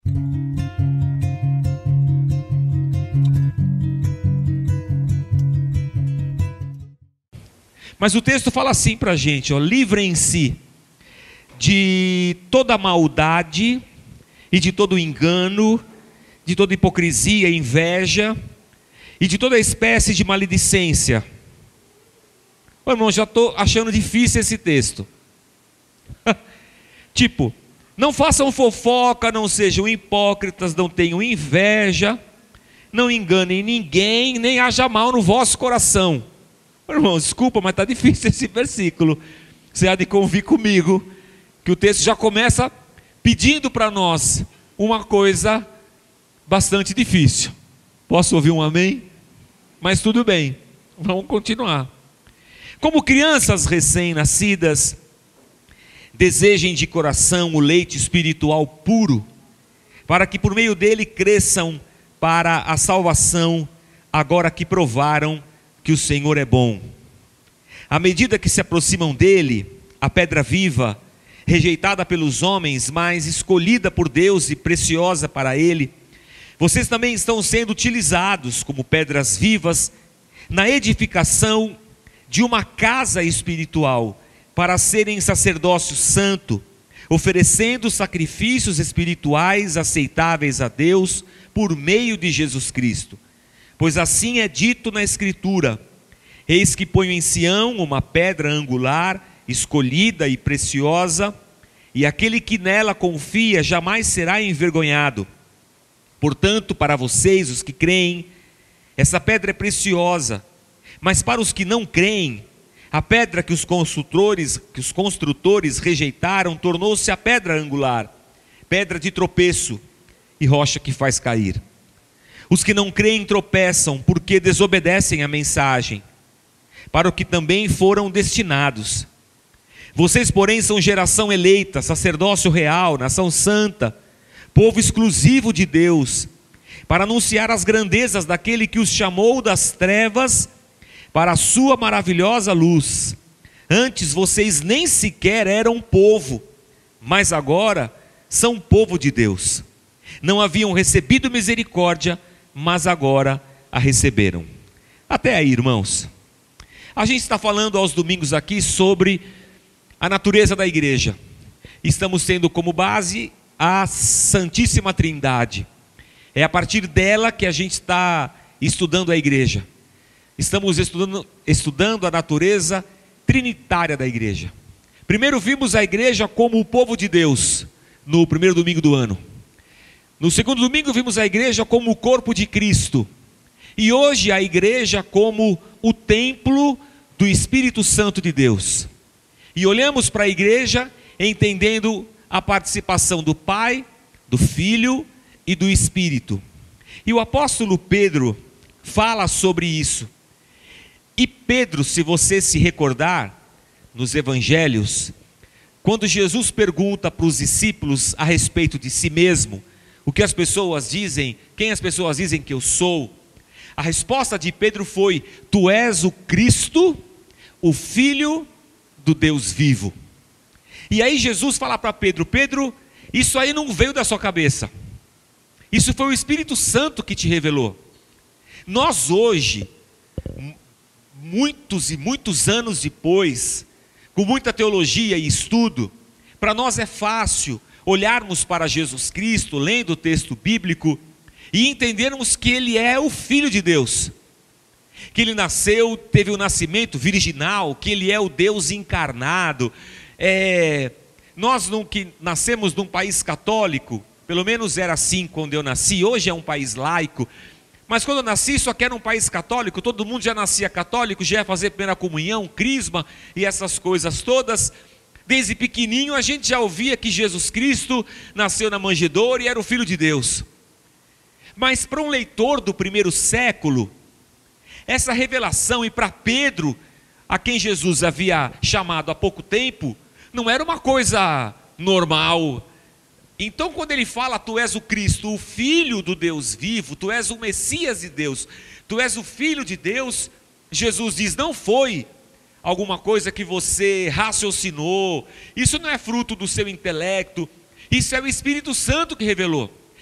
Mas o texto fala assim para a gente, ó: livrem-se de toda maldade e de todo engano, de toda hipocrisia, inveja e de toda espécie de maledicência. Ô, irmão, já estou achando difícil esse texto. Tipo, não façam fofoca, não sejam hipócritas, não tenham inveja, não enganem ninguém, nem haja mal no vosso coração. Irmão, desculpa, mas está difícil esse versículo. Você há de convir comigo que o texto já começa pedindo para nós uma coisa bastante difícil. Posso ouvir um amém? Mas tudo bem, vamos continuar. Como crianças recém-nascidas, desejem de coração o leite espiritual puro, para que por meio dele cresçam para a salvação, agora que provaram que o Senhor é bom. À medida que se aproximam dele, a pedra viva, rejeitada pelos homens, mas escolhida por Deus e preciosa para ele, vocês também estão sendo utilizados como pedras vivas na edificação de uma casa espiritual, para serem sacerdócio santo, oferecendo sacrifícios espirituais aceitáveis a Deus por meio de Jesus Cristo. Pois assim é dito na Escritura: eis que ponho em Sião uma pedra angular, escolhida e preciosa, e aquele que nela confia jamais será envergonhado. Portanto, para vocês, os que creem, essa pedra é preciosa, mas para os que não creem, a pedra que os construtores rejeitaram tornou-se a pedra angular, pedra de tropeço e rocha que faz cair. Os que não creem tropeçam porque desobedecem a mensagem, para o que também foram destinados. Vocês, porém, são geração eleita, sacerdócio real, nação santa, povo exclusivo de Deus, para anunciar as grandezas daquele que os chamou das trevas para a sua maravilhosa luz. Antes vocês nem sequer eram povo, mas agora são povo de Deus. Não haviam recebido misericórdia, mas agora a receberam. Até aí, irmãos. A gente está falando aos domingos aqui sobre a natureza da igreja. Estamos tendo como base a Santíssima Trindade. É a partir dela que a gente está estudando a igreja. Estamos estudando a natureza trinitária da igreja. Primeiro vimos a igreja como o povo de Deus, no primeiro domingo do ano. No segundo domingo vimos a igreja como o corpo de Cristo. E hoje a igreja como o templo do Espírito Santo de Deus. E olhamos para a igreja entendendo a participação do Pai, do Filho e do Espírito. E o apóstolo Pedro fala sobre isso. E Pedro, se você se recordar, nos evangelhos, quando Jesus pergunta para os discípulos a respeito de si mesmo, o que as pessoas dizem, quem as pessoas dizem que eu sou, a resposta de Pedro foi: tu és o Cristo, o Filho do Deus vivo. E aí Jesus fala para Pedro: Pedro, isso aí não veio da sua cabeça, isso foi o Espírito Santo que te revelou. Nós hoje, muitos e muitos anos depois, com muita teologia e estudo, para nós é fácil olharmos para Jesus Cristo, lendo o texto bíblico, e entendermos que Ele é o Filho de Deus, que Ele nasceu, teve o nascimento virginal, que Ele é o Deus encarnado. Nós que nascemos num país católico, pelo menos era assim quando eu nasci, hoje é um país laico, mas quando eu nasci só que era um país católico, todo mundo já nascia católico, já ia fazer primeira comunhão, crisma e essas coisas todas. Desde pequenininho a gente já ouvia que Jesus Cristo nasceu na manjedoura e era o Filho de Deus. Mas para um leitor do primeiro século, essa revelação, e para Pedro, a quem Jesus havia chamado há pouco tempo, não era uma coisa normal. Então quando ele fala: tu és o Cristo, o Filho do Deus vivo, tu és o Messias de Deus, tu és o Filho de Deus, Jesus diz: não foi alguma coisa que você raciocinou, isso não é fruto do seu intelecto, isso é o Espírito Santo que revelou.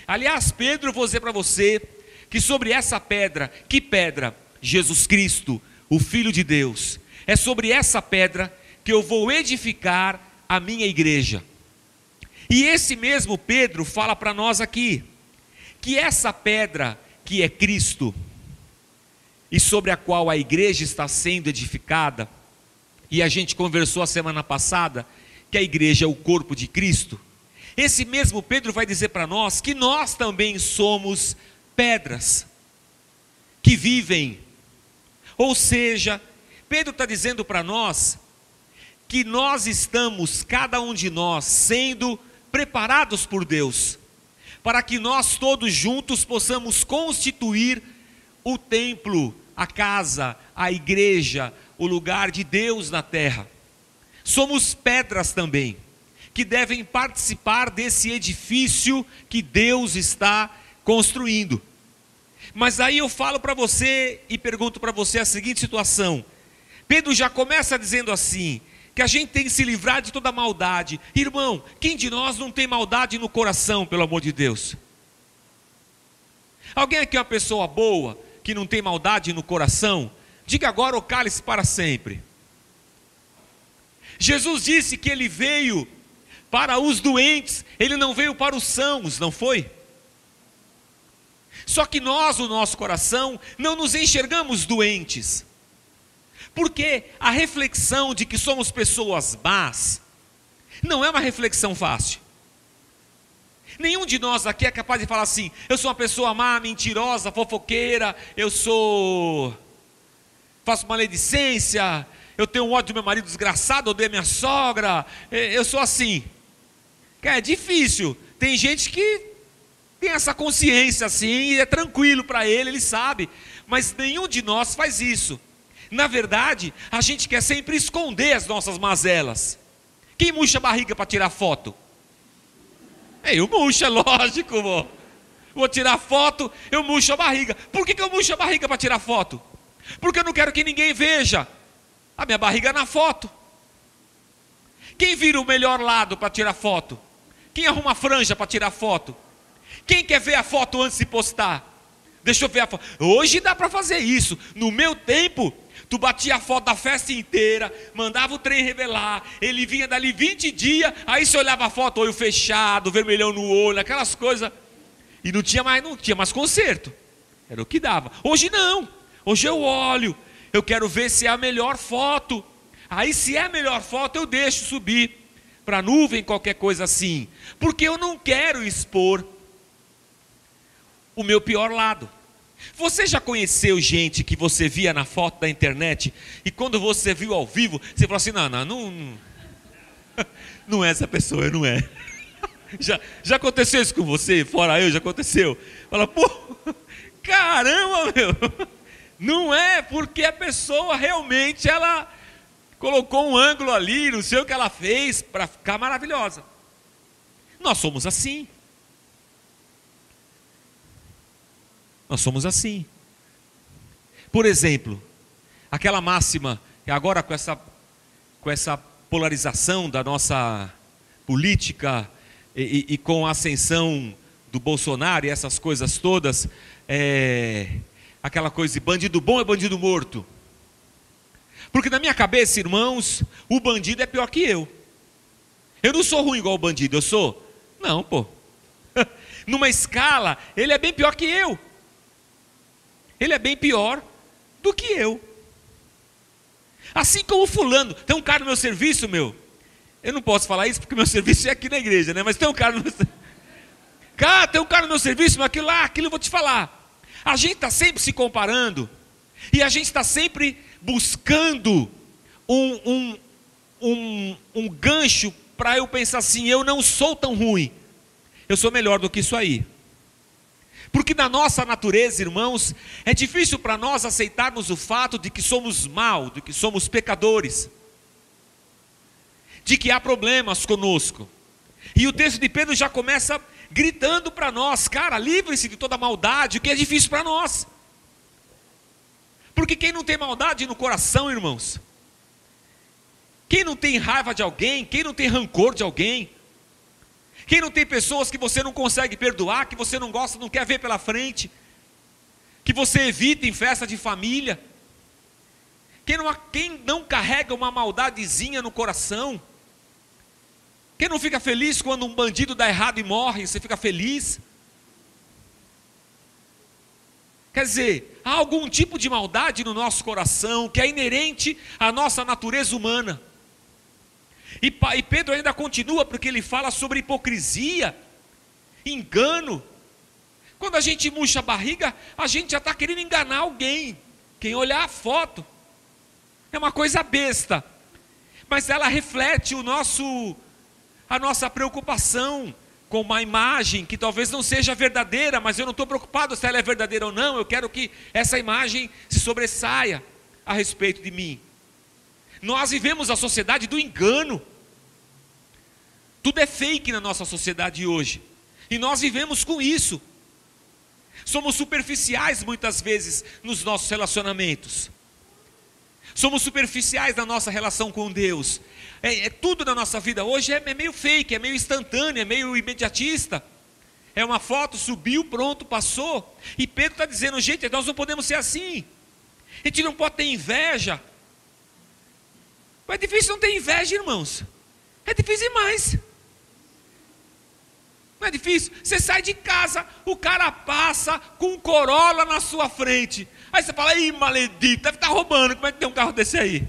Aliás, Pedro, eu vou dizer para você que sobre essa pedra, que pedra? Jesus Cristo, o Filho de Deus. É sobre essa pedra que eu vou edificar a minha igreja. E esse mesmo Pedro fala para nós aqui, que essa pedra que é Cristo, e sobre a qual a igreja está sendo edificada, e a gente conversou a semana passada, que a igreja é o corpo de Cristo, esse mesmo Pedro vai dizer para nós que nós também somos pedras, que vivem, ou seja, Pedro está dizendo para nós, que nós estamos, cada um de nós, sendo preparados por Deus, para que nós todos juntos possamos constituir o templo, a casa, a igreja, o lugar de Deus na terra. Somos pedras também, que devem participar desse edifício que Deus está construindo. Mas aí eu falo para você e pergunto para você a seguinte situação. Pedro já começa dizendo assim, que a gente tem que se livrar de toda maldade. Irmão, quem de nós não tem maldade no coração, pelo amor de Deus? Alguém aqui é uma pessoa boa, que não tem maldade no coração? Diga agora ou cale-se para sempre. Jesus disse que ele veio para os doentes, ele não veio para os sãos, não foi? Só que nós, no nosso coração, não nos enxergamos doentes. Porque a reflexão de que somos pessoas más, não é uma reflexão fácil. Nenhum de nós aqui é capaz de falar assim, eu sou uma pessoa má, mentirosa, fofoqueira, faço maledicência, eu tenho um ódio do meu marido desgraçado, odeio a minha sogra, eu sou assim. É difícil, tem gente que tem essa consciência assim, e é tranquilo para ele sabe, mas nenhum de nós faz isso. Na verdade, a gente quer sempre esconder as nossas mazelas. Quem murcha a barriga para tirar foto? Eu murcho, é lógico, vou tirar foto, eu murcho a barriga. Por que eu murcho a barriga para tirar foto? Porque eu não quero que ninguém veja a minha barriga na foto. Quem vira o melhor lado para tirar foto? Quem arruma a franja para tirar foto? Quem quer ver a foto antes de postar? Deixa eu ver a foto. Hoje dá para fazer isso. No meu tempo, tu batia a foto da festa inteira, mandava o trem revelar, ele vinha dali 20 dias, aí você olhava a foto, olho fechado, vermelhão no olho, aquelas coisas, e não tinha mais conserto, era o que dava. Hoje não, hoje eu olho, eu quero ver se é a melhor foto, aí se é a melhor foto eu deixo subir para a nuvem, qualquer coisa assim, porque eu não quero expor o meu pior lado. Você já conheceu gente que você via na foto da internet e quando você viu ao vivo, você falou assim, não é essa pessoa, não é. Já aconteceu isso com você? Fora eu, já aconteceu? Fala, pô, caramba, meu. Não é, porque a pessoa realmente, ela colocou um ângulo ali, não sei o que ela fez, para ficar maravilhosa. Nós somos assim. Nós somos assim. Por exemplo, aquela máxima, agora com essa polarização da nossa política e com a ascensão do Bolsonaro e essas coisas todas, aquela coisa de bandido bom é bandido morto. Porque na minha cabeça, irmãos, o bandido é pior que eu. Eu não sou ruim igual o bandido, eu sou? Não, pô. Numa escala, ele é bem pior que eu. Ele é bem pior do que eu. Assim como fulano. Tem um cara no meu serviço, eu não posso falar isso porque meu serviço é aqui na igreja, né? Mas tem um cara no meu serviço. Cara, tem um cara no meu serviço, mas aquilo eu vou te falar. A gente está sempre se comparando. E a gente está sempre buscando um gancho para eu pensar assim, eu não sou tão ruim. Eu sou melhor do que isso aí. Porque na nossa natureza, irmãos, é difícil para nós aceitarmos o fato de que somos mal, de que somos pecadores, de que há problemas conosco. E o texto de Pedro já começa gritando para nós, cara, livre-se de toda maldade, o que é difícil para nós. Porque quem não tem maldade no coração, irmãos, quem não tem raiva de alguém, quem não tem rancor de alguém, Quem não tem pessoas que você não consegue perdoar, que você não gosta, não quer ver pela frente, que você evita em festa de família? Quem não carrega uma maldadezinha no coração? Quem não fica feliz quando um bandido dá errado e morre, você fica feliz? Quer dizer, há algum tipo de maldade no nosso coração que é inerente à nossa natureza humana. E Pedro ainda continua, porque ele fala sobre hipocrisia, engano. Quando a gente murcha a barriga, a gente já está querendo enganar alguém. Quem olhar a foto, é uma coisa besta, mas ela reflete a nossa preocupação com uma imagem que talvez não seja verdadeira, mas eu não estou preocupado se ela é verdadeira ou não. Eu quero que essa imagem se sobressaia a respeito de mim. Nós vivemos a sociedade do engano. Tudo é fake na nossa sociedade hoje, e nós vivemos com isso. Somos superficiais muitas vezes nos nossos relacionamentos. Somos superficiais na nossa relação com Deus. Tudo na nossa vida hoje é meio fake, é meio instantâneo, é meio imediatista. É uma foto, subiu, pronto, passou. E Pedro está dizendo, gente, nós não podemos ser assim. A gente não pode ter inveja. Mas é difícil não ter inveja, irmãos. É difícil demais. Não é difícil? Você sai de casa, o cara passa com um Corolla na sua frente. Aí você fala, ih, maledito, deve estar roubando, como é que tem um carro desse aí?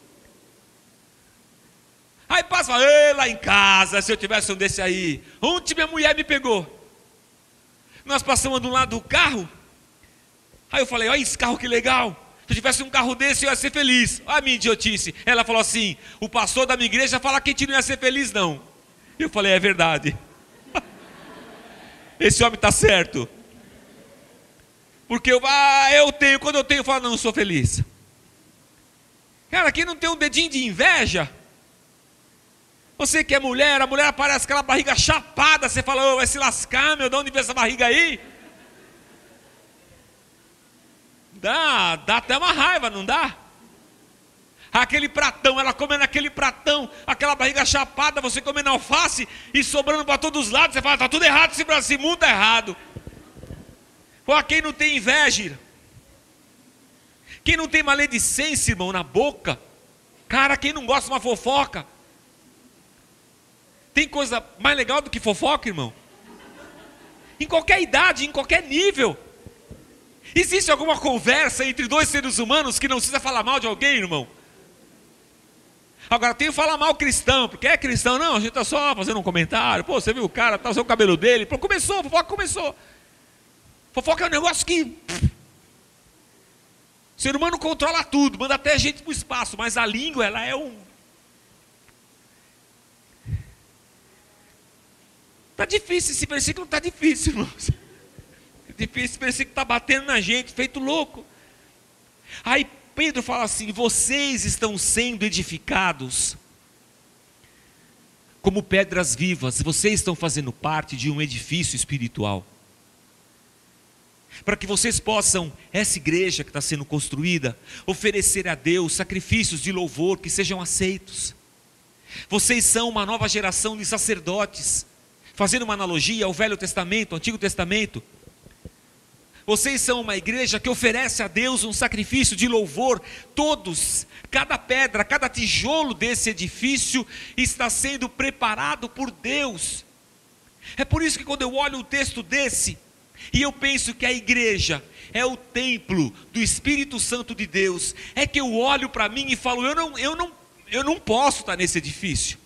Aí passa e fala, ei, lá em casa, se eu tivesse um desse aí, onde minha mulher me pegou? Nós passamos do lado do carro, aí eu falei, olha esse carro que legal. Se eu tivesse um carro desse, eu ia ser feliz. Olha a minha idiotice. Ela falou assim, o pastor da minha igreja fala que a gente não ia ser feliz não. Eu falei, é verdade. Esse homem está certo. Porque quando eu tenho, eu falo, não sou feliz. Cara, quem não tem um dedinho de inveja? Você que é mulher, a mulher aparece com aquela barriga chapada, você fala, vai se lascar, meu, de onde vem essa barriga aí? Dá até uma raiva, não dá? Aquele pratão, ela comendo aquele pratão, aquela barriga chapada, você comendo alface e sobrando para todos os lados, você fala, está tudo errado, esse mundo está errado. Pô, quem não tem inveja, quem não tem maledicência, irmão, na boca, cara, quem não gosta de uma fofoca, tem coisa mais legal do que fofoca, irmão? Em qualquer idade, em qualquer nível. Existe alguma conversa entre dois seres humanos que não precisa falar mal de alguém, irmão? Agora tem que falar mal cristão, porque é cristão, não, a gente está só fazendo um comentário, pô, você viu o cara, tá usando o cabelo dele, pô, fofoca começou. Fofoca é um negócio que o ser humano controla tudo, manda até gente para o espaço, mas a língua, ela é Está difícil, esse versículo está difícil, irmãos. Difícil, esse versículo está batendo na gente, feito louco. Aí Pedro fala assim, vocês estão sendo edificados como pedras vivas, vocês estão fazendo parte de um edifício espiritual. Para que vocês possam, essa igreja que está sendo construída, oferecer a Deus sacrifícios de louvor que sejam aceitos. Vocês são uma nova geração de sacerdotes, fazendo uma analogia ao Velho Testamento, ao Antigo Testamento. Vocês são uma igreja que oferece a Deus um sacrifício de louvor. Todos, cada pedra, cada tijolo desse edifício está sendo preparado por Deus. É por isso que quando eu olho um texto desse, e eu penso que a igreja é o templo do Espírito Santo de Deus, é que eu olho para mim e falo, eu não posso estar nesse edifício.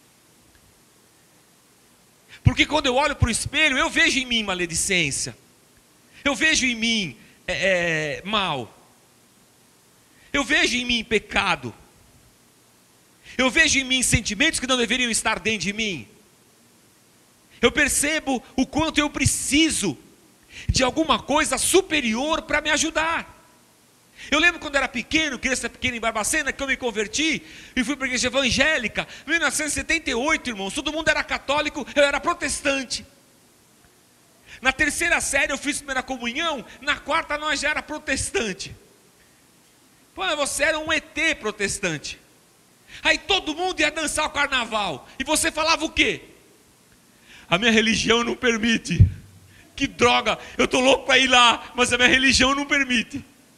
Porque quando eu olho para o espelho, eu vejo em mim maledicência. Eu vejo em mim mal. Eu vejo em mim pecado. Eu vejo em mim sentimentos que não deveriam estar dentro de mim. Eu percebo o quanto eu preciso de alguma coisa superior para me ajudar. Eu lembro quando era pequeno, criança pequena em Barbacena, que eu me converti e fui para a igreja evangélica, em 1978, irmãos, todo mundo era católico, eu era protestante. Na terceira série eu fiz primeira comunhão, na quarta nós já era protestante. Pô, você era um ET protestante. Aí todo mundo ia dançar o carnaval, e você falava o quê? a minha religião não permite. Que droga, eu estou louco para ir lá, mas a minha religião não permite.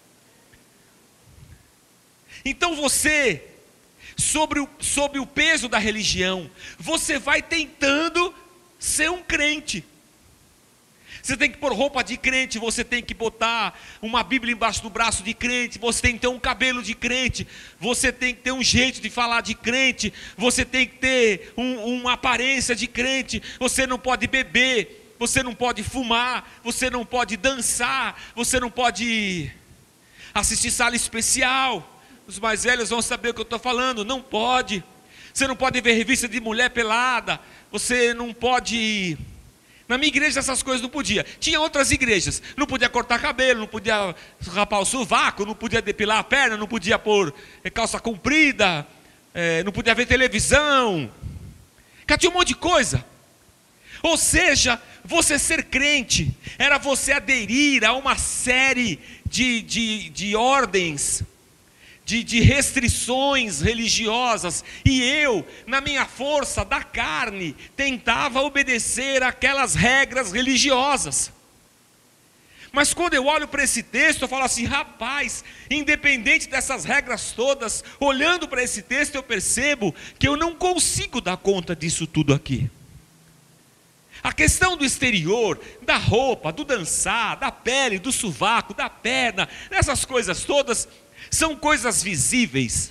Então você, sob o peso da religião, você vai tentando ser um crente. Você tem que pôr roupa de crente, você tem que botar uma Bíblia embaixo do braço de crente, você tem que ter um cabelo de crente, você tem que ter um jeito de falar de crente, você tem que ter uma aparência de crente, você não pode beber, você não pode fumar, você não pode dançar, você não pode assistir sala especial. Os mais velhos vão saber o que eu estou falando, não pode. Você não pode ver revista de mulher pelada, você não pode... Na minha igreja essas coisas não podia. Tinha outras igrejas, não podia cortar cabelo, não podia rapar o sovaco, não podia depilar a perna, não podia pôr calça comprida, não podia ver televisão. Tinha um monte de coisa. Ou seja, você ser crente era você aderir a uma série de ordens, de restrições religiosas, e eu, na minha força da carne, tentava obedecer aquelas regras religiosas. Mas quando eu olho para esse texto, eu falo assim, rapaz, independente dessas regras todas, olhando para esse texto eu percebo que eu não consigo dar conta disso tudo aqui. A questão do exterior, da roupa, do dançar, da pele, do sovaco, da perna, essas coisas todas, são coisas visíveis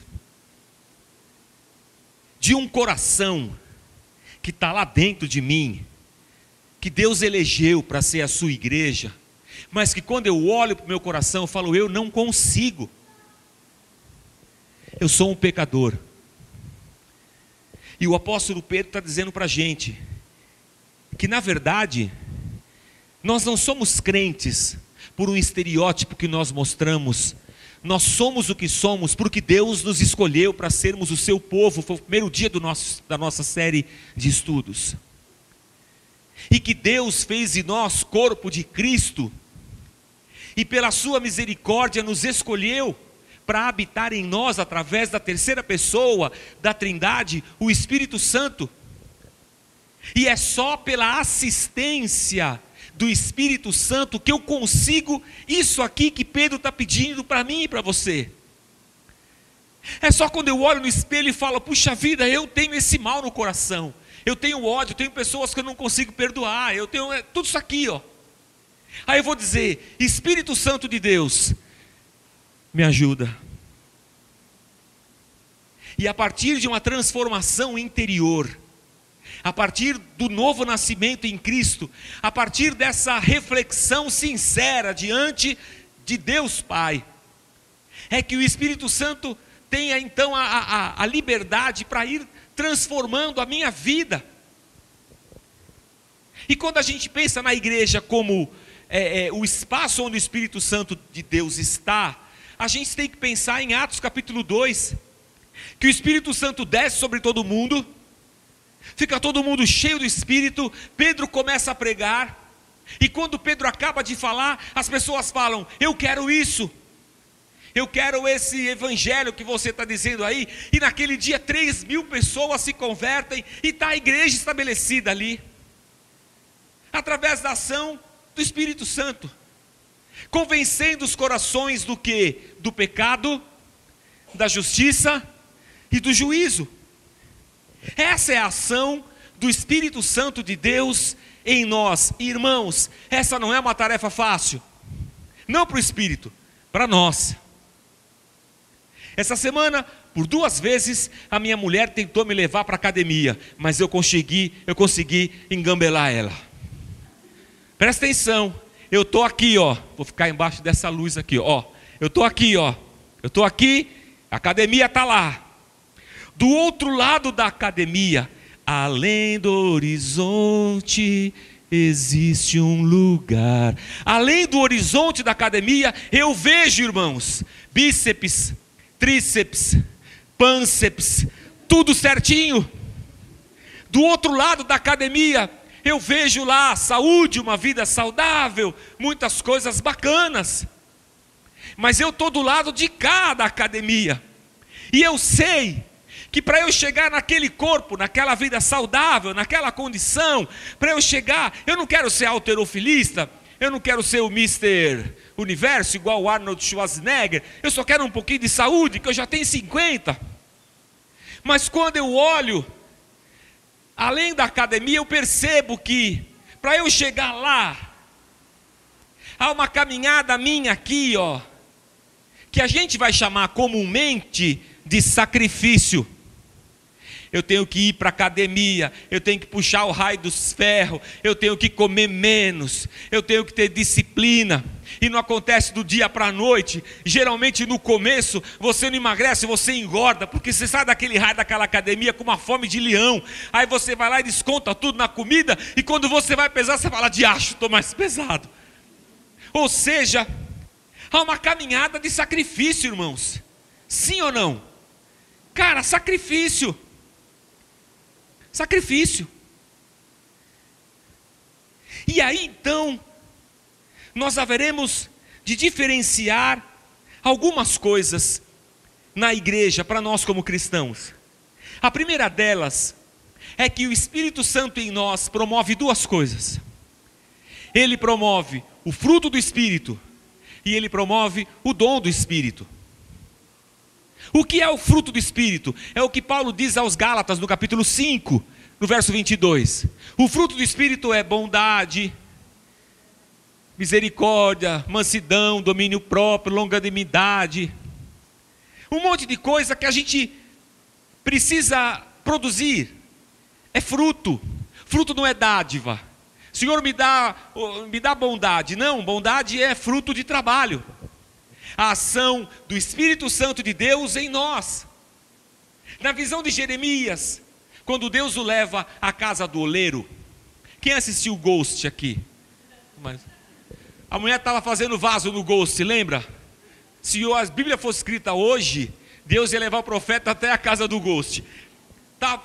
de um coração que está lá dentro de mim, que Deus elegeu para ser a sua igreja, mas que quando eu olho para o meu coração, eu falo, eu não consigo. Eu sou um pecador. E o apóstolo Pedro está dizendo para a gente, que na verdade, nós não somos crentes por um estereótipo que nós mostramos. Nós somos o que somos porque Deus nos escolheu para sermos o seu povo. Foi o primeiro dia da nossa série de estudos. E que Deus fez em nós corpo de Cristo. E pela sua misericórdia nos escolheu para habitar em nós através da terceira pessoa da Trindade, o Espírito Santo. E é só pela assistência do Espírito Santo que eu consigo isso aqui que Pedro está pedindo para mim e para você. É só quando eu olho no espelho e falo, puxa vida, eu tenho esse mal no coração, eu tenho ódio, eu tenho pessoas que eu não consigo perdoar, eu tenho tudo isso aqui, ó. Aí eu vou dizer, Espírito Santo de Deus, me ajuda. E a partir de uma transformação interior, a partir do novo nascimento em Cristo, a partir dessa reflexão sincera diante de Deus Pai, é que o Espírito Santo tenha então a liberdade para ir transformando a minha vida. E quando a gente pensa na igreja como o espaço onde o Espírito Santo de Deus está, a gente tem que pensar em Atos capítulo 2, que o Espírito Santo desce sobre todo mundo, fica todo mundo cheio do Espírito, Pedro começa a pregar, e quando Pedro acaba de falar, as pessoas falam, eu quero isso, eu quero esse evangelho que você está dizendo aí, e naquele dia 3.000 pessoas se convertem, e está a igreja estabelecida ali, através da ação do Espírito Santo, convencendo os corações do quê? Do pecado, da justiça e do juízo. Essa é a ação do Espírito Santo de Deus em nós. Irmãos, essa não é uma tarefa fácil, não para o Espírito, para nós. Essa semana, por 2 vezes, a minha mulher tentou me levar para a academia, mas eu consegui engambelar ela. Presta atenção, eu estou aqui, ó, vou ficar embaixo dessa luz aqui, ó. Eu estou aqui, ó, eu estou aqui, a academia está lá. Do outro lado da academia, além do horizonte, existe um lugar. Além do horizonte da academia, eu vejo, irmãos, bíceps, tríceps, pânceps, tudo certinho. Do outro lado da academia, eu vejo lá saúde, uma vida saudável, muitas coisas bacanas. Mas eu estou do lado de cá da academia. E eu sei que para eu chegar naquele corpo, naquela vida saudável, naquela condição, para eu chegar, eu não quero ser halterofilista, eu não quero ser o Mr. Universo igual o Arnold Schwarzenegger, eu só quero um pouquinho de saúde, que eu já tenho 50. Mas quando eu olho, além da academia, eu percebo que para eu chegar lá, há uma caminhada minha aqui, ó, que a gente vai chamar comumente de sacrifício. Eu tenho que ir para a academia, eu tenho que puxar o raio dos ferros, eu tenho que comer menos, eu tenho que ter disciplina. E não acontece do dia para a noite. Geralmente no começo você não emagrece, você engorda, porque você sai daquele raio daquela academia com uma fome de leão. Aí você vai lá e desconta tudo na comida, e quando você vai pesar, você fala: diacho, estou mais pesado. Ou seja, há uma caminhada de sacrifício, irmãos. Sim ou não? Cara, sacrifício. Sacrifício. E aí então, nós haveremos de diferenciar algumas coisas na igreja para nós como cristãos. A primeira delas é que o Espírito Santo em nós promove duas coisas. Ele promove o fruto do Espírito e ele promove o dom do Espírito. O que é o fruto do Espírito? É o que Paulo diz aos Gálatas no capítulo 5, no verso 22. O fruto do Espírito é bondade, misericórdia, mansidão, domínio próprio, longanimidade. Um monte de coisa que a gente precisa produzir. É fruto. Fruto não é dádiva. Senhor, me dá bondade. Não, bondade é fruto de trabalho. A ação do Espírito Santo de Deus em nós. Na visão de Jeremias, quando Deus o leva à casa do oleiro. Quem assistiu o Ghost aqui? A mulher estava fazendo vaso no Ghost, lembra? Se a Bíblia fosse escrita hoje, Deus ia levar o profeta até a casa do Ghost. Tá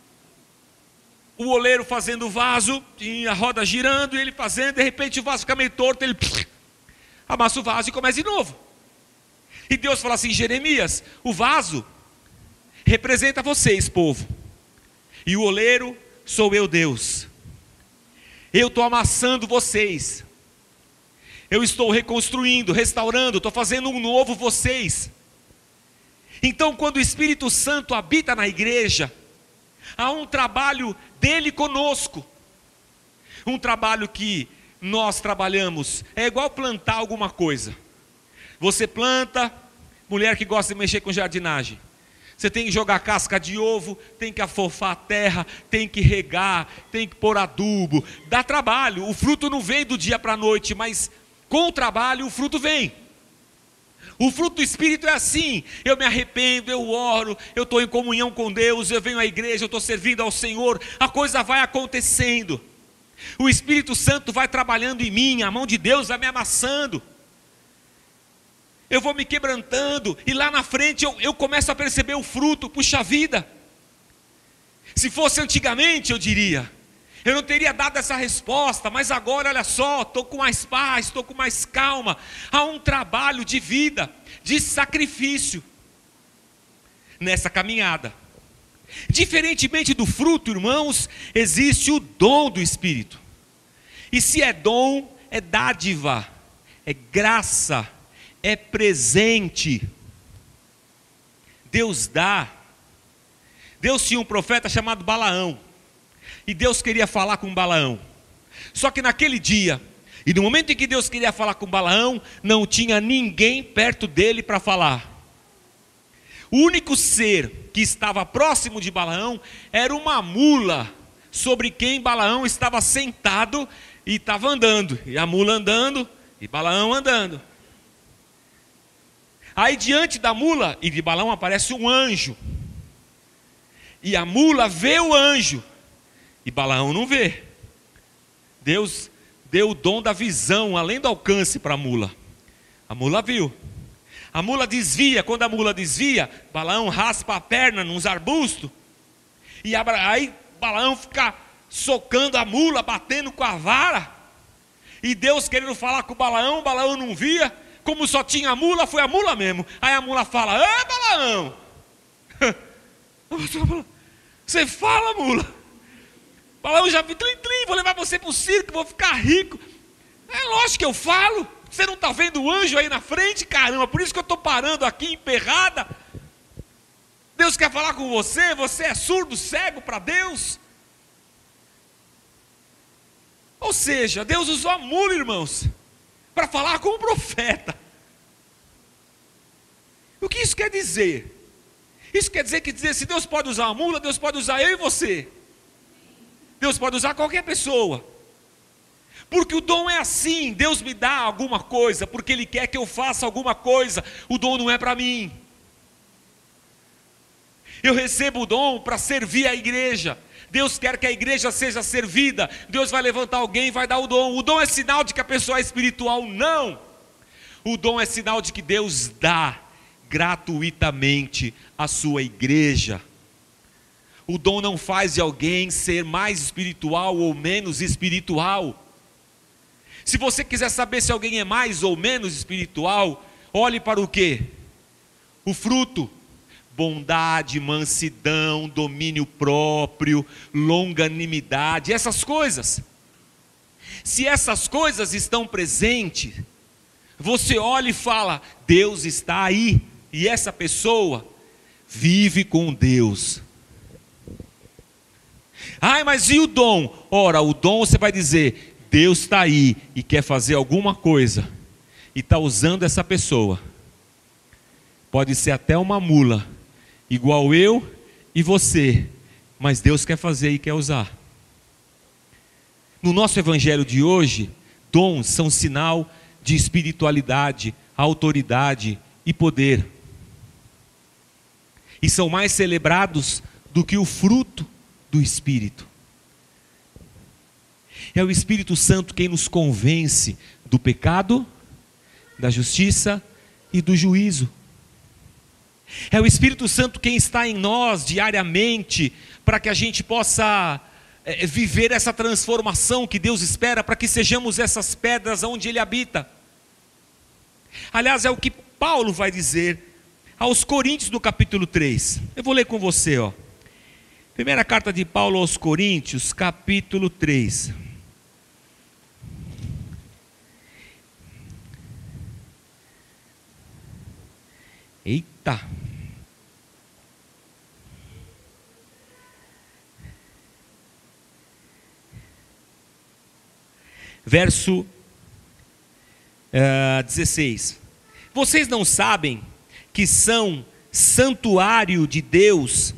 o oleiro fazendo o vaso, e a roda girando, e ele fazendo, de repente o vaso fica meio torto, ele amassa o vaso e começa de novo. E Deus fala assim: Jeremias, o vaso representa vocês, povo, e o oleiro sou eu, Deus. Eu estou amassando vocês, eu estou reconstruindo, restaurando, estou fazendo um novo vocês. Então quando o Espírito Santo habita na igreja, há um trabalho dele conosco, um trabalho que nós trabalhamos, é igual plantar alguma coisa. Você planta, mulher que gosta de mexer com jardinagem, você tem que jogar casca de ovo, tem que afofar a terra, tem que regar, tem que pôr adubo, dá trabalho. O fruto não vem do dia para a noite, mas com o trabalho o fruto vem. O fruto do Espírito é assim: eu me arrependo, eu oro, eu estou em comunhão com Deus, eu venho à igreja, eu estou servindo ao Senhor, a coisa vai acontecendo. O Espírito Santo vai trabalhando em mim, a mão de Deus vai me amassando. Eu vou me quebrantando, e lá na frente eu começo a perceber o fruto. Puxa vida, se fosse antigamente eu diria, eu não teria dado essa resposta, mas agora olha só, estou com mais paz, estou com mais calma. Há um trabalho de vida, de sacrifício nessa caminhada. Diferentemente do fruto, irmãos, existe o dom do Espírito. E se é dom, é dádiva, é graça, é presente. Deus dá. Deus tinha um profeta chamado Balaão, e Deus queria falar com Balaão. Só que naquele dia, e no momento em que Deus queria falar com Balaão, não tinha ninguém perto dele para falar. O único ser que estava próximo de Balaão era uma mula, sobre quem Balaão estava sentado e estava andando. E a mula andando, e Balaão andando. Aí diante da mula e de Balaão aparece um anjo. E a mula vê o anjo, e Balaão não vê. Deus deu o dom da visão, além do alcance para a mula. A mula viu. A mula desvia, quando a mula desvia, Balaão raspa a perna nos arbustos. E aí Balaão fica socando a mula, batendo com a vara. E Deus querendo falar com Balaão, Balaão não via. Como só tinha a mula, foi a mula mesmo. Aí a mula fala: Balaão, A pastora fala, você fala, mula? Fala, eu já vi, vou levar você para o circo, vou ficar rico. É lógico que eu falo. Você não está vendo o anjo aí na frente? Caramba, por isso que eu estou parando aqui emperrada. Deus quer falar com você, você é surdo, cego para Deus. Ou seja, Deus usou a mula, irmãos, para falar com o profeta. O que isso quer dizer? Isso quer dizer que se Deus pode usar a mula, Deus pode usar eu e você. Deus pode usar qualquer pessoa. Porque o dom é assim, Deus me dá alguma coisa, porque Ele quer que eu faça alguma coisa. O dom não é para mim. Eu recebo o dom para servir a igreja. Deus quer que a igreja seja servida. Deus vai levantar alguém e vai dar o dom. O dom é sinal de que a pessoa é espiritual? Não. O dom é sinal de que Deus dá gratuitamente à sua igreja. O dom não faz de alguém ser mais espiritual ou menos espiritual. Se você quiser saber se alguém é mais ou menos espiritual, olhe para o quê? O fruto. Bondade, mansidão, domínio próprio, longanimidade, essas coisas. Se essas coisas estão presentes, você olha e fala, Deus está aí, e essa pessoa vive com Deus. Ai, mas e o dom? Ora, o dom você vai dizer, Deus está aí e quer fazer alguma coisa, e está usando essa pessoa. Pode ser até uma mula, igual eu e você, mas Deus quer fazer e quer usar. No nosso evangelho de hoje, dons são sinal de espiritualidade, autoridade e poder. E são mais celebrados do que o fruto do Espírito. É o Espírito Santo quem nos convence do pecado, da justiça e do juízo. É o Espírito Santo quem está em nós diariamente, para que a gente possa viver essa transformação que Deus espera, para que sejamos essas pedras onde Ele habita. Aliás, é o que Paulo vai dizer aos Coríntios no capítulo 3. Eu vou ler com você, ó. Primeira carta de Paulo aos Coríntios, capítulo 3. Eita! Verso 16. Vocês não sabem que são santuário de Deus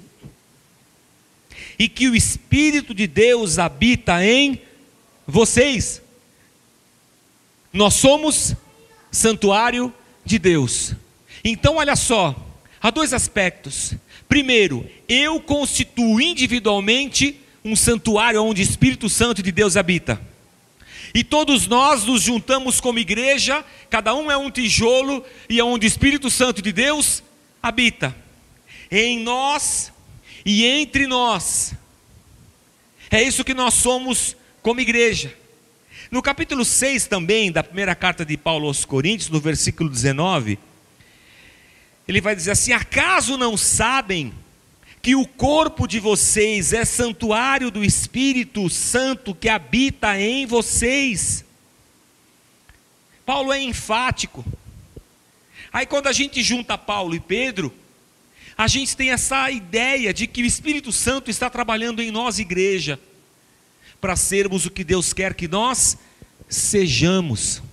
e que o Espírito de Deus habita em vocês? Nós somos santuário de Deus. Então olha só, há dois aspectos. Primeiro, eu constituo individualmente um santuário onde o Espírito Santo de Deus habita. E todos nós nos juntamos como igreja, cada um é um tijolo, e é onde o Espírito Santo de Deus habita. Em nós e entre nós. É isso que nós somos como igreja. No capítulo 6 também, da primeira carta de Paulo aos Coríntios, no versículo 19, ele vai dizer assim: acaso não sabem que o corpo de vocês é santuário do Espírito Santo que habita em vocês? Paulo é enfático. Aí quando a gente junta Paulo e Pedro, a gente tem essa ideia de que o Espírito Santo está trabalhando em nós, igreja, para sermos o que Deus quer que nós sejamos.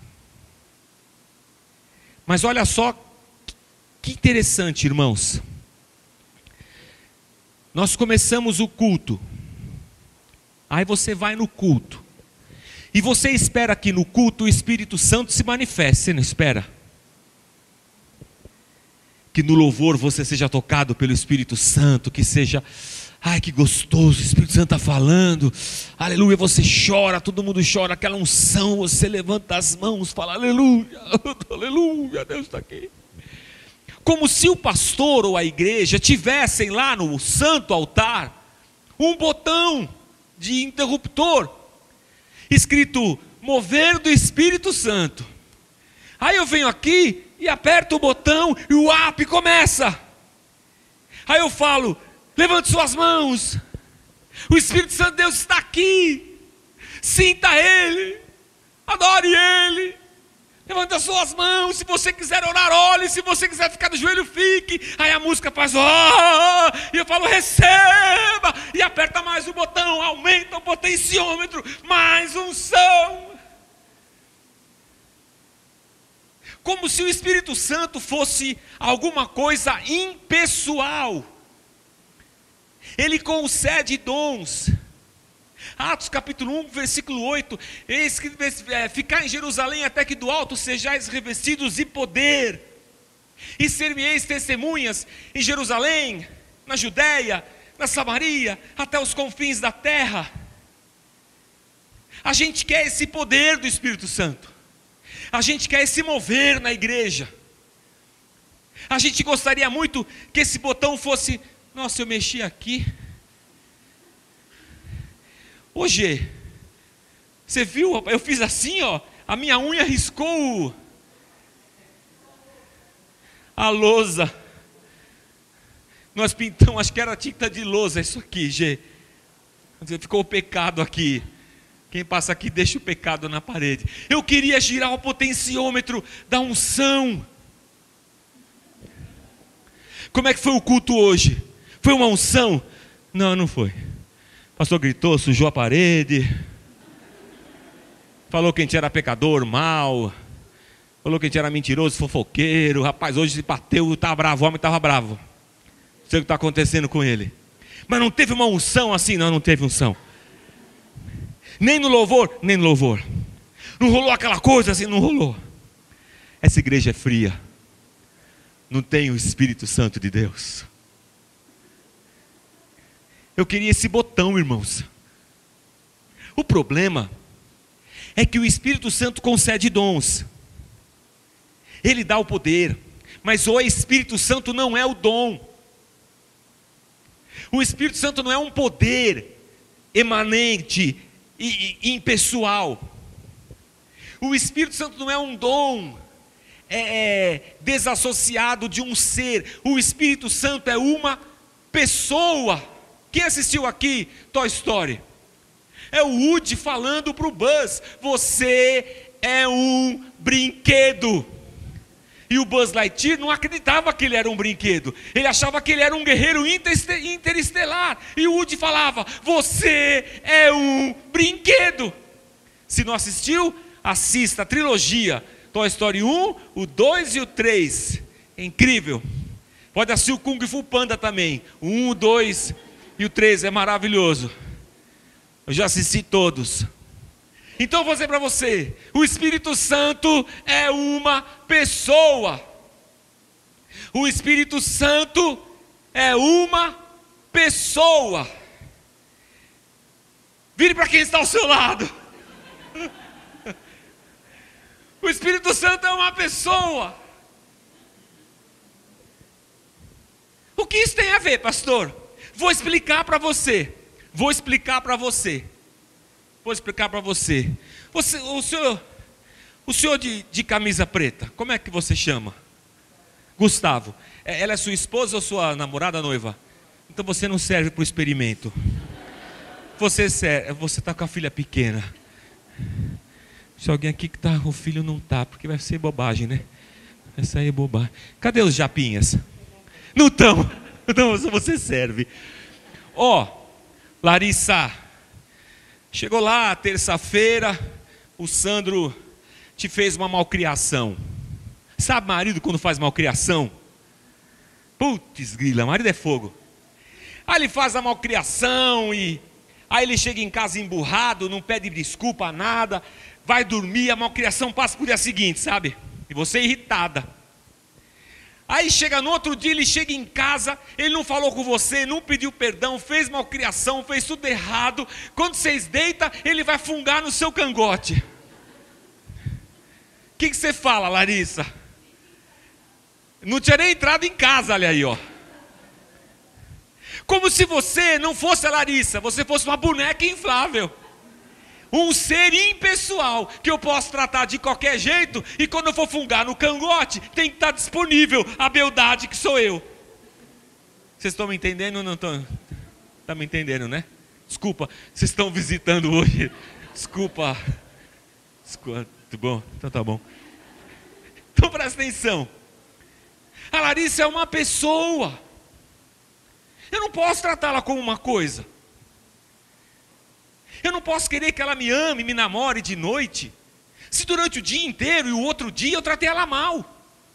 Mas olha só que interessante, irmãos. Nós começamos o culto. Aí você vai no culto. E você espera que no culto o Espírito Santo se manifeste. Você não espera? Que no louvor você seja tocado pelo Espírito Santo. Que seja, ai que gostoso, o Espírito Santo está falando. Aleluia, você chora, todo mundo chora. Aquela unção, você levanta as mãos, fala aleluia, aleluia, Deus está aqui. Como se o pastor ou a igreja tivessem lá no santo altar um botão de interruptor escrito mover do Espírito Santo. Aí eu venho aqui e aperto o botão e o app começa. Aí eu falo Levante suas mãos. O Espírito Santo de Deus está aqui. Sinta Ele. Adore Ele. Levante as suas mãos. Se você quiser orar, ore. Se você quiser ficar no joelho, fique. Aí a música faz e eu falo, receba. E aperta mais o botão. Aumenta o potenciômetro. Mais unção. Como se o Espírito Santo fosse alguma coisa impessoal. Ele concede dons. Atos capítulo 1, versículo 8, ficar em Jerusalém até que do alto sejais revestidos de poder, e ser-me-eis testemunhas em Jerusalém, na Judéia, na Samaria, até os confins da terra. A gente quer esse poder do Espírito Santo, a gente quer esse mover na igreja, a gente gostaria muito que esse botão fosse, nossa, eu mexi aqui, hoje, você viu, eu fiz assim, ó, a minha unha riscou a lousa. Nós pintamos, acho que era tinta de lousa isso aqui, G. Ficou o pecado aqui. Quem passa aqui deixa o pecado na parede. Eu queria girar o potenciômetro da unção. Como é que foi o culto hoje? Foi uma unção? Não, não foi. O pastor gritou, sujou a parede, falou que a gente era pecador, mal, falou que a gente era mentiroso, fofoqueiro. Rapaz, hoje se bateu, estava bravo, o homem estava bravo. Não sei o que está acontecendo com ele. Mas não teve uma unção assim? Não, não teve unção. Nem no louvor, nem no louvor. Não rolou aquela coisa assim, não rolou. Essa igreja é fria. Não tem o Espírito Santo de Deus. Eu queria esse botão, irmãos. O problema é que o Espírito Santo concede dons. Ele dá o poder, mas o Espírito Santo não é o dom. O Espírito Santo não é um poder emanente e impessoal. O Espírito Santo não é um dom desassociado de um ser. O Espírito Santo é uma pessoa. Quem assistiu aqui Toy Story? É o Woody falando para o Buzz: você é um brinquedo. E o Buzz Lightyear não acreditava que ele era um brinquedo. Ele achava que ele era um guerreiro interestelar. E o Woody falava: você é um brinquedo. Se não assistiu, assista a trilogia Toy Story 1, o 2 e o 3. É incrível. Pode assistir o Kung Fu Panda também. O 1, o 2 e o 3 é maravilhoso. Eu já assisti todos. Então eu vou dizer para você: o Espírito Santo é uma pessoa. O Espírito Santo é uma pessoa. Vire para quem está ao seu lado. O Espírito Santo é uma pessoa. O que isso tem a ver, pastor? Vou explicar para você. Vou explicar para você. O senhor de camisa preta, como é que você chama? Gustavo. Ela é sua esposa ou sua namorada, noiva? Então você não serve para o experimento. Você está com a filha pequena. Se alguém aqui que tá, o filho não tá, porque vai ser bobagem, né? Vai sair bobagem. Cadê os japinhas? Não estão. Então você serve. Larissa, chegou lá terça-feira, o Sandro te fez uma malcriação. Sabe marido quando faz malcriação? Putz grila, marido é fogo. Aí ele faz a malcriação e aí ele chega em casa emburrado, não pede desculpa, nada, vai dormir, a malcriação passa pro dia seguinte, sabe? E você irritada. Aí chega no outro dia, ele chega em casa, ele não falou com você, não pediu perdão, fez malcriação, fez tudo errado. Quando vocês deitam, ele vai fungar no seu cangote. O que você fala, Larissa? Não tinha nem entrado em casa, olha aí, ó. Como se você não fosse a Larissa, você fosse uma boneca inflável. Um ser impessoal, que eu posso tratar de qualquer jeito, e quando eu for fungar no cangote, tem que estar disponível a beldade que sou eu. Vocês estão me entendendo ou não estão? Está me entendendo, né? Desculpa, vocês estão visitando hoje. Desculpa. Tudo bom? Então tá bom. Então presta atenção. A Larissa é uma pessoa. Eu não posso tratá-la como uma coisa. Eu não posso querer que ela me ame, me namore de noite, se durante o dia inteiro e o outro dia eu tratei ela mal.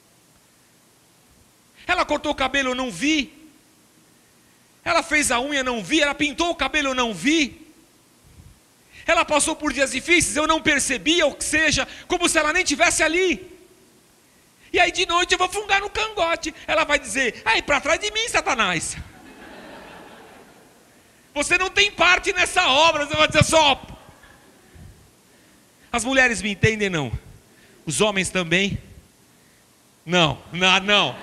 Ela cortou o cabelo, eu não vi. Ela fez a unha, eu não vi. Ela pintou o cabelo, eu não vi. Ela passou por dias difíceis, eu não percebi, ou seja, como se ela nem estivesse ali. E aí de noite eu vou fungar no cangote. Ela vai dizer, aí para trás de mim, Satanás. Você não tem parte nessa obra. Você vai dizer só. As mulheres me entendem, não? Os homens também? Não. Não,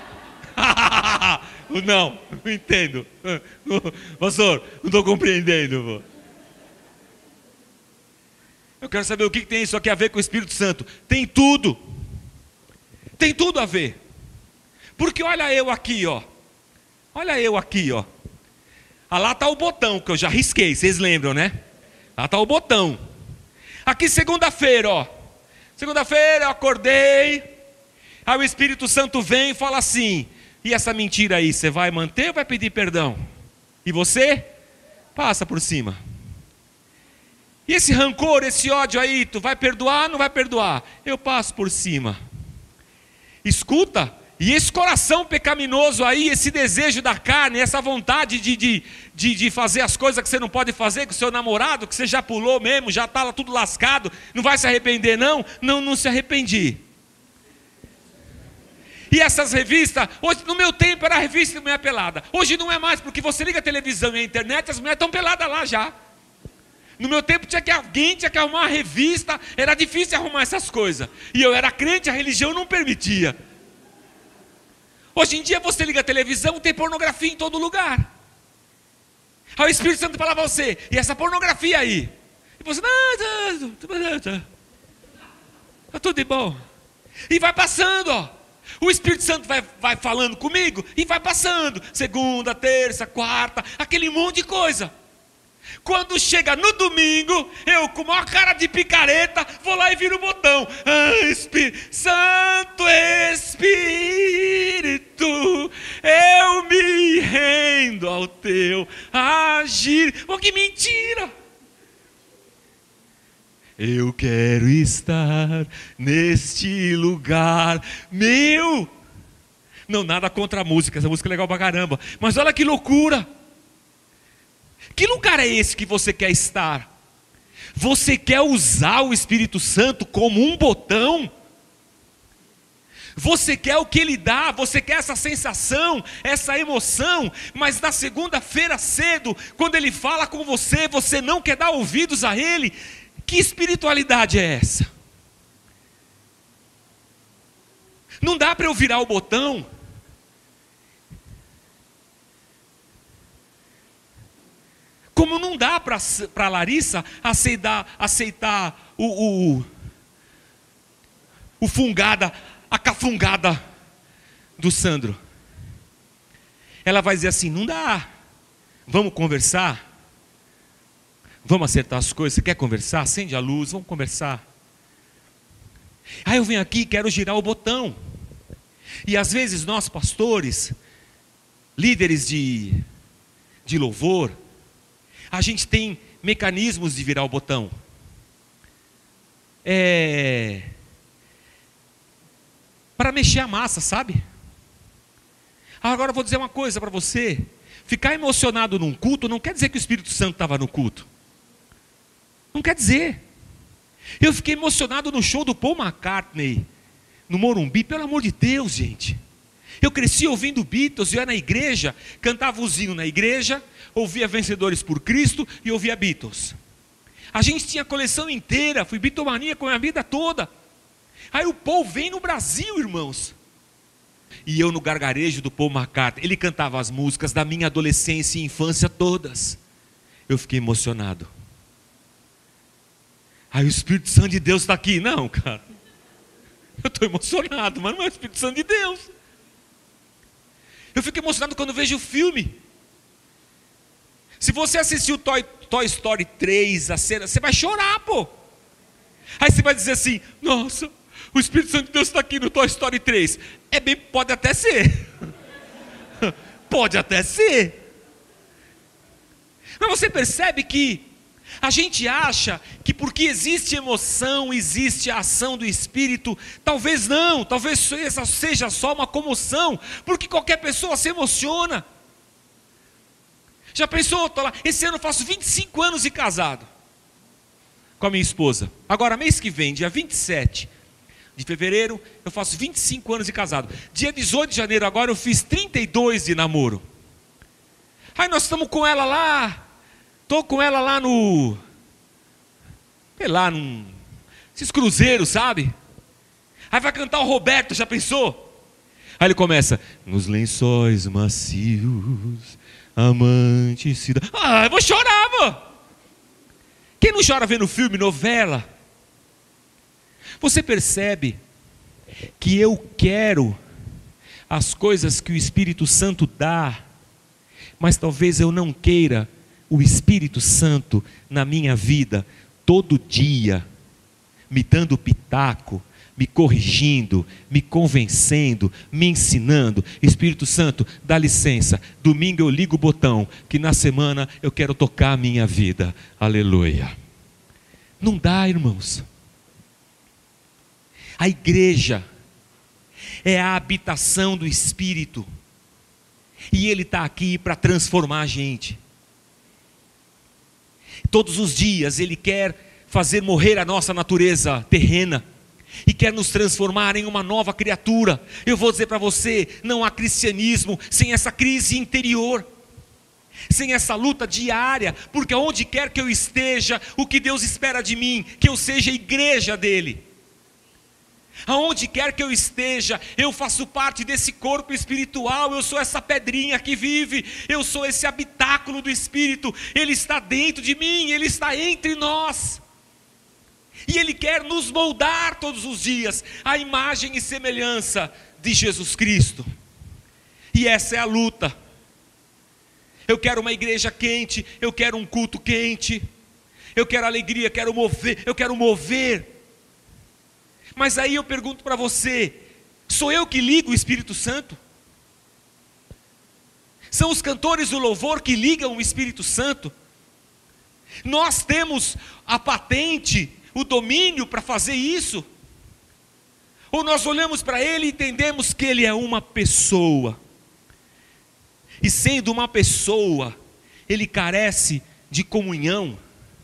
não entendo. Pastor, não estou compreendendo. Pô. Eu quero saber o que tem isso aqui a ver com o Espírito Santo. Tem tudo. Tem tudo a ver. Porque olha eu aqui, ó. Olha eu aqui, ó. Ah, lá está o botão que eu já risquei, vocês lembram, né? Lá está o botão. Aqui segunda-feira, ó. Segunda-feira eu acordei. Aí o Espírito Santo vem e fala assim: e essa mentira aí, você vai manter ou vai pedir perdão? E você? Passa por cima. E esse rancor, esse ódio aí, tu vai perdoar ou não vai perdoar? Eu passo por cima. Escuta, e esse coração pecaminoso aí, esse desejo da carne, essa vontade de fazer as coisas que você não pode fazer com o seu namorado, que você já pulou mesmo, já está lá tudo lascado, não vai se arrepender não? Não se arrependi. E essas revistas, hoje no meu tempo era a revista de mulher pelada, hoje não é mais, porque você liga a televisão e a internet, as mulheres estão peladas lá já. No meu tempo alguém tinha que arrumar uma revista, era difícil arrumar essas coisas. E eu era crente, a religião não permitia. Hoje em dia você liga a televisão, tem pornografia em todo lugar. Aí o Espírito Santo fala a você, e essa pornografia aí? E você, tá tudo de bom. E vai passando, ó. O Espírito Santo vai falando comigo e vai passando. Segunda, terça, quarta, aquele monte de coisa. Quando chega no domingo, eu com uma cara de picareta, vou lá e viro o botão. Santo Espírito, eu me rendo ao teu agir. Oh, que mentira! Eu quero estar neste lugar meu. Não, nada contra a música, essa música é legal pra caramba. Mas olha que loucura. Que lugar é esse que você quer estar? Você quer usar o Espírito Santo como um botão? Você quer o que Ele dá, você quer essa sensação, essa emoção, mas na segunda-feira cedo, quando Ele fala com você, você não quer dar ouvidos a Ele. Que espiritualidade é essa? Não dá para eu virar o botão. Como não dá para Larissa aceitar o fungada, a cafungada do Sandro. Ela vai dizer assim, não dá, vamos conversar, vamos acertar as coisas, você quer conversar? Acende a luz, vamos conversar. Aí eu venho aqui e quero girar o botão. E às vezes nós pastores, líderes de louvor, a gente tem mecanismos de virar o botão. Para mexer a massa, sabe? Agora eu vou dizer uma coisa para você. Ficar emocionado num culto não quer dizer que o Espírito Santo estava no culto. Não quer dizer. Eu fiquei emocionado no show do Paul McCartney, no Morumbi, pelo amor de Deus, gente. Eu cresci ouvindo Beatles, eu ia na igreja, cantava o hino na igreja, ouvia Vencedores por Cristo e ouvia Beatles. A gente tinha a coleção inteira, fui bitomaníaco a minha vida toda. Aí o Paul vem no Brasil, irmãos. E eu no gargarejo do Paul McCartney, ele cantava as músicas da minha adolescência e infância todas. Eu fiquei emocionado. Aí o Espírito Santo de Deus está aqui. Não, cara. Eu estou emocionado, mas não é o Espírito Santo de Deus. Eu fico emocionado quando vejo o filme. Se você assistiu Toy Story 3, a cena, você vai chorar, pô. Aí você vai dizer assim: nossa, o Espírito Santo de Deus está aqui no Toy Story 3. Pode até ser. Pode até ser. Mas você percebe que a gente acha que porque existe emoção, existe a ação do Espírito. Talvez não, talvez seja só uma comoção, porque qualquer pessoa se emociona. Já pensou? Tô lá, esse ano eu faço 25 anos de casado com a minha esposa. Agora, mês que vem, dia 27 de fevereiro, eu faço 25 anos de casado. Dia 18 de janeiro agora eu fiz 32 de namoro. Aí nós estamos com ela lá. Estou com ela lá no... sei lá, esses cruzeiros, sabe? Aí vai cantar o Roberto, já pensou? Aí ele começa: nos lençóis macios, amante se dá... eu vou chorar, mano. Quem não chora vendo filme, novela? Você percebe que eu quero as coisas que o Espírito Santo dá, mas talvez eu não queira o Espírito Santo na minha vida todo dia, me dando pitaco, me corrigindo, me convencendo, me ensinando. Espírito Santo, dá licença, domingo eu ligo o botão, que na semana eu quero tocar a minha vida. Aleluia. Não dá, irmãos. A igreja é a habitação do Espírito, e Ele está aqui para transformar a gente. Todos os dias Ele quer fazer morrer a nossa natureza terrena e quer nos transformar em uma nova criatura. Eu vou dizer para você, não há cristianismo sem essa crise interior, sem essa luta diária, porque aonde quer que eu esteja, o que Deus espera de mim, que eu seja igreja dEle. Aonde quer que eu esteja, eu faço parte desse corpo espiritual, eu sou essa pedrinha que vive, eu sou esse habitáculo do Espírito, Ele está dentro de mim, Ele está entre nós, e Ele quer nos moldar todos os dias, à imagem e semelhança de Jesus Cristo, e essa é a luta. Eu quero uma igreja quente, eu quero um culto quente, eu quero alegria, eu quero mover. Mas aí eu pergunto para você: sou eu que ligo o Espírito Santo? São os cantores do louvor que ligam o Espírito Santo? Nós temos a patente, o domínio para fazer isso? Ou nós olhamos para Ele e entendemos que Ele é uma pessoa, e sendo uma pessoa, Ele carece de comunhão?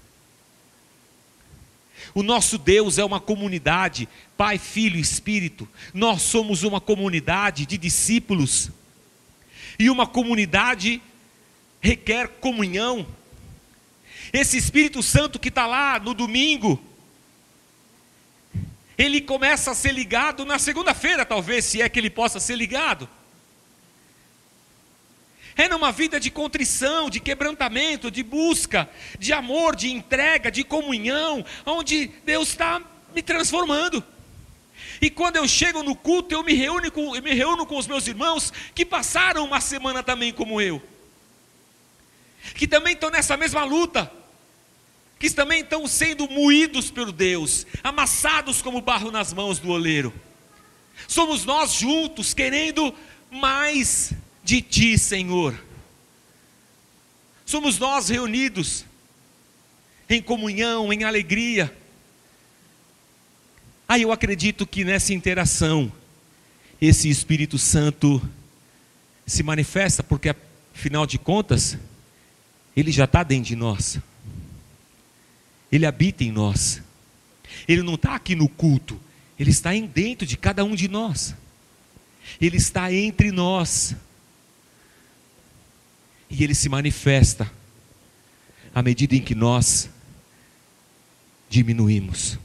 O nosso Deus é uma comunidade, Pai, Filho e Espírito. Nós somos uma comunidade de discípulos, e uma comunidade requer comunhão. Esse Espírito Santo que está lá no domingo, ele começa a ser ligado na segunda-feira, talvez, se é que ele possa ser ligado. É numa vida de contrição, de quebrantamento, de busca, de amor, de entrega, de comunhão, onde Deus está me transformando. E quando eu chego no culto, eu me reúno com os meus irmãos que passaram uma semana também como eu, que também estão nessa mesma luta, que também estão sendo moídos por Deus, amassados como barro nas mãos do oleiro. Somos nós juntos querendo mais de Ti, Senhor. Somos nós reunidos em comunhão, em alegria. Aí eu acredito que nessa interação, esse Espírito Santo se manifesta, porque afinal de contas, Ele já está dentro de nós. Ele habita em nós. Ele não está aqui no culto, Ele está dentro de cada um de nós. Ele está entre nós. E Ele se manifesta à medida em que nós diminuímos.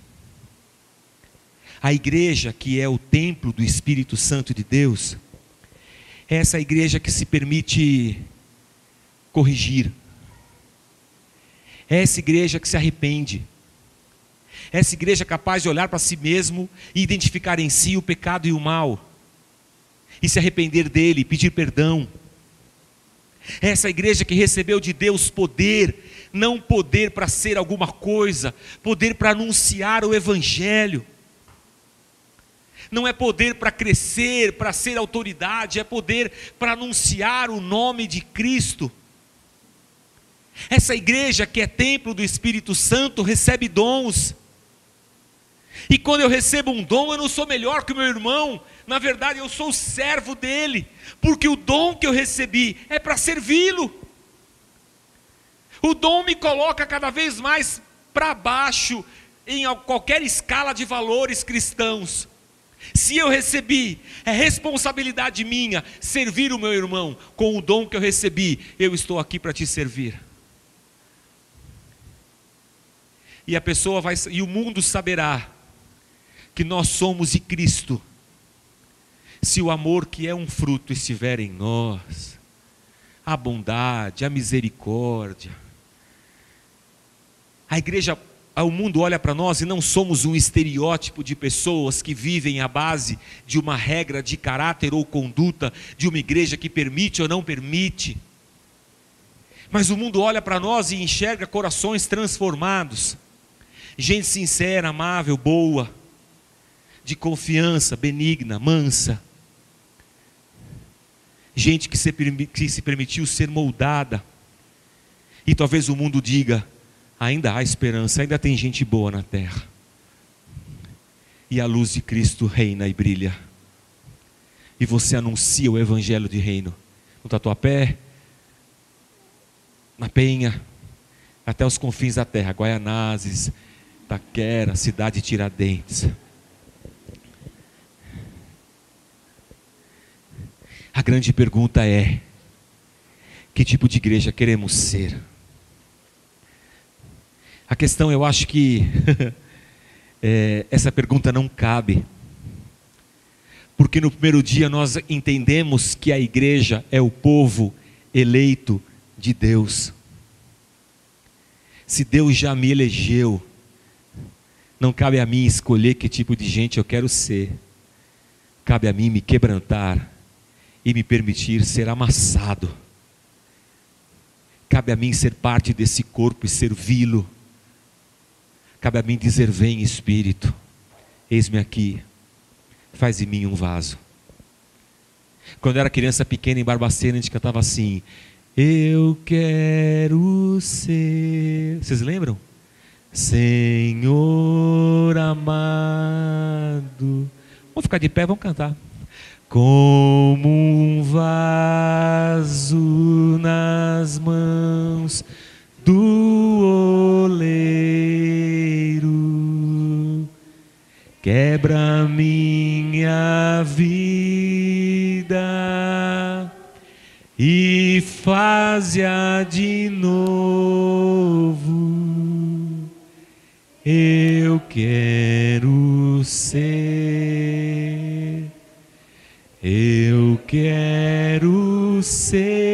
A igreja, que é o templo do Espírito Santo de Deus, é essa igreja que se permite corrigir. É essa igreja que se arrepende. É essa igreja capaz de olhar para si mesmo e identificar em si o pecado e o mal, e se arrepender dele, e pedir perdão. Essa igreja que recebeu de Deus poder, não poder para ser alguma coisa, poder para anunciar o Evangelho. Não é poder para crescer, para ser autoridade, é poder para anunciar o nome de Cristo. Essa igreja que é templo do Espírito Santo recebe dons. E quando eu recebo um dom, eu não sou melhor que o meu irmão. Na verdade, eu sou o servo dele, porque o dom que eu recebi é para servi-lo. O dom me coloca cada vez mais para baixo em qualquer escala de valores cristãos. Se eu recebi, é responsabilidade minha servir o meu irmão. Com o dom que eu recebi, eu estou aqui para te servir. E a pessoa vai, e o mundo saberá que nós somos de Cristo, se o amor que é um fruto estiver em nós, a bondade, a misericórdia. A igreja, o mundo olha para nós e não somos um estereótipo de pessoas que vivem à base de uma regra de caráter ou conduta, de uma igreja que permite ou não permite. Mas o mundo olha para nós e enxerga corações transformados, gente sincera, amável, boa, de confiança, benigna, mansa. Gente que se permitiu ser moldada. E talvez o mundo diga: ainda há esperança, ainda tem gente boa na terra. E a luz de Cristo reina e brilha. E você anuncia o evangelho de reino. No Tatuapé, na Penha, até os confins da terra, Guaianazes, Taquera, cidade de Tiradentes. A grande pergunta é: que tipo de igreja queremos ser? A questão, eu acho que essa pergunta não cabe, porque no primeiro dia nós entendemos que a igreja é o povo eleito de Deus. Se Deus já me elegeu, não cabe a mim escolher que tipo de gente eu quero ser. Cabe a mim me quebrantar e me permitir ser amassado. Cabe a mim ser parte desse corpo e servi-lo. Cabe a mim dizer: vem Espírito, eis-me aqui, faz em mim um vaso. Quando eu era criança pequena em Barbacena, a gente cantava assim: eu quero ser, vocês lembram? Senhor amado. Vamos ficar de pé, vamos cantar. Como um vaso nas mãos do oleiro, quebra minha vida e faz-a de novo. Eu quero ser, eu quero ser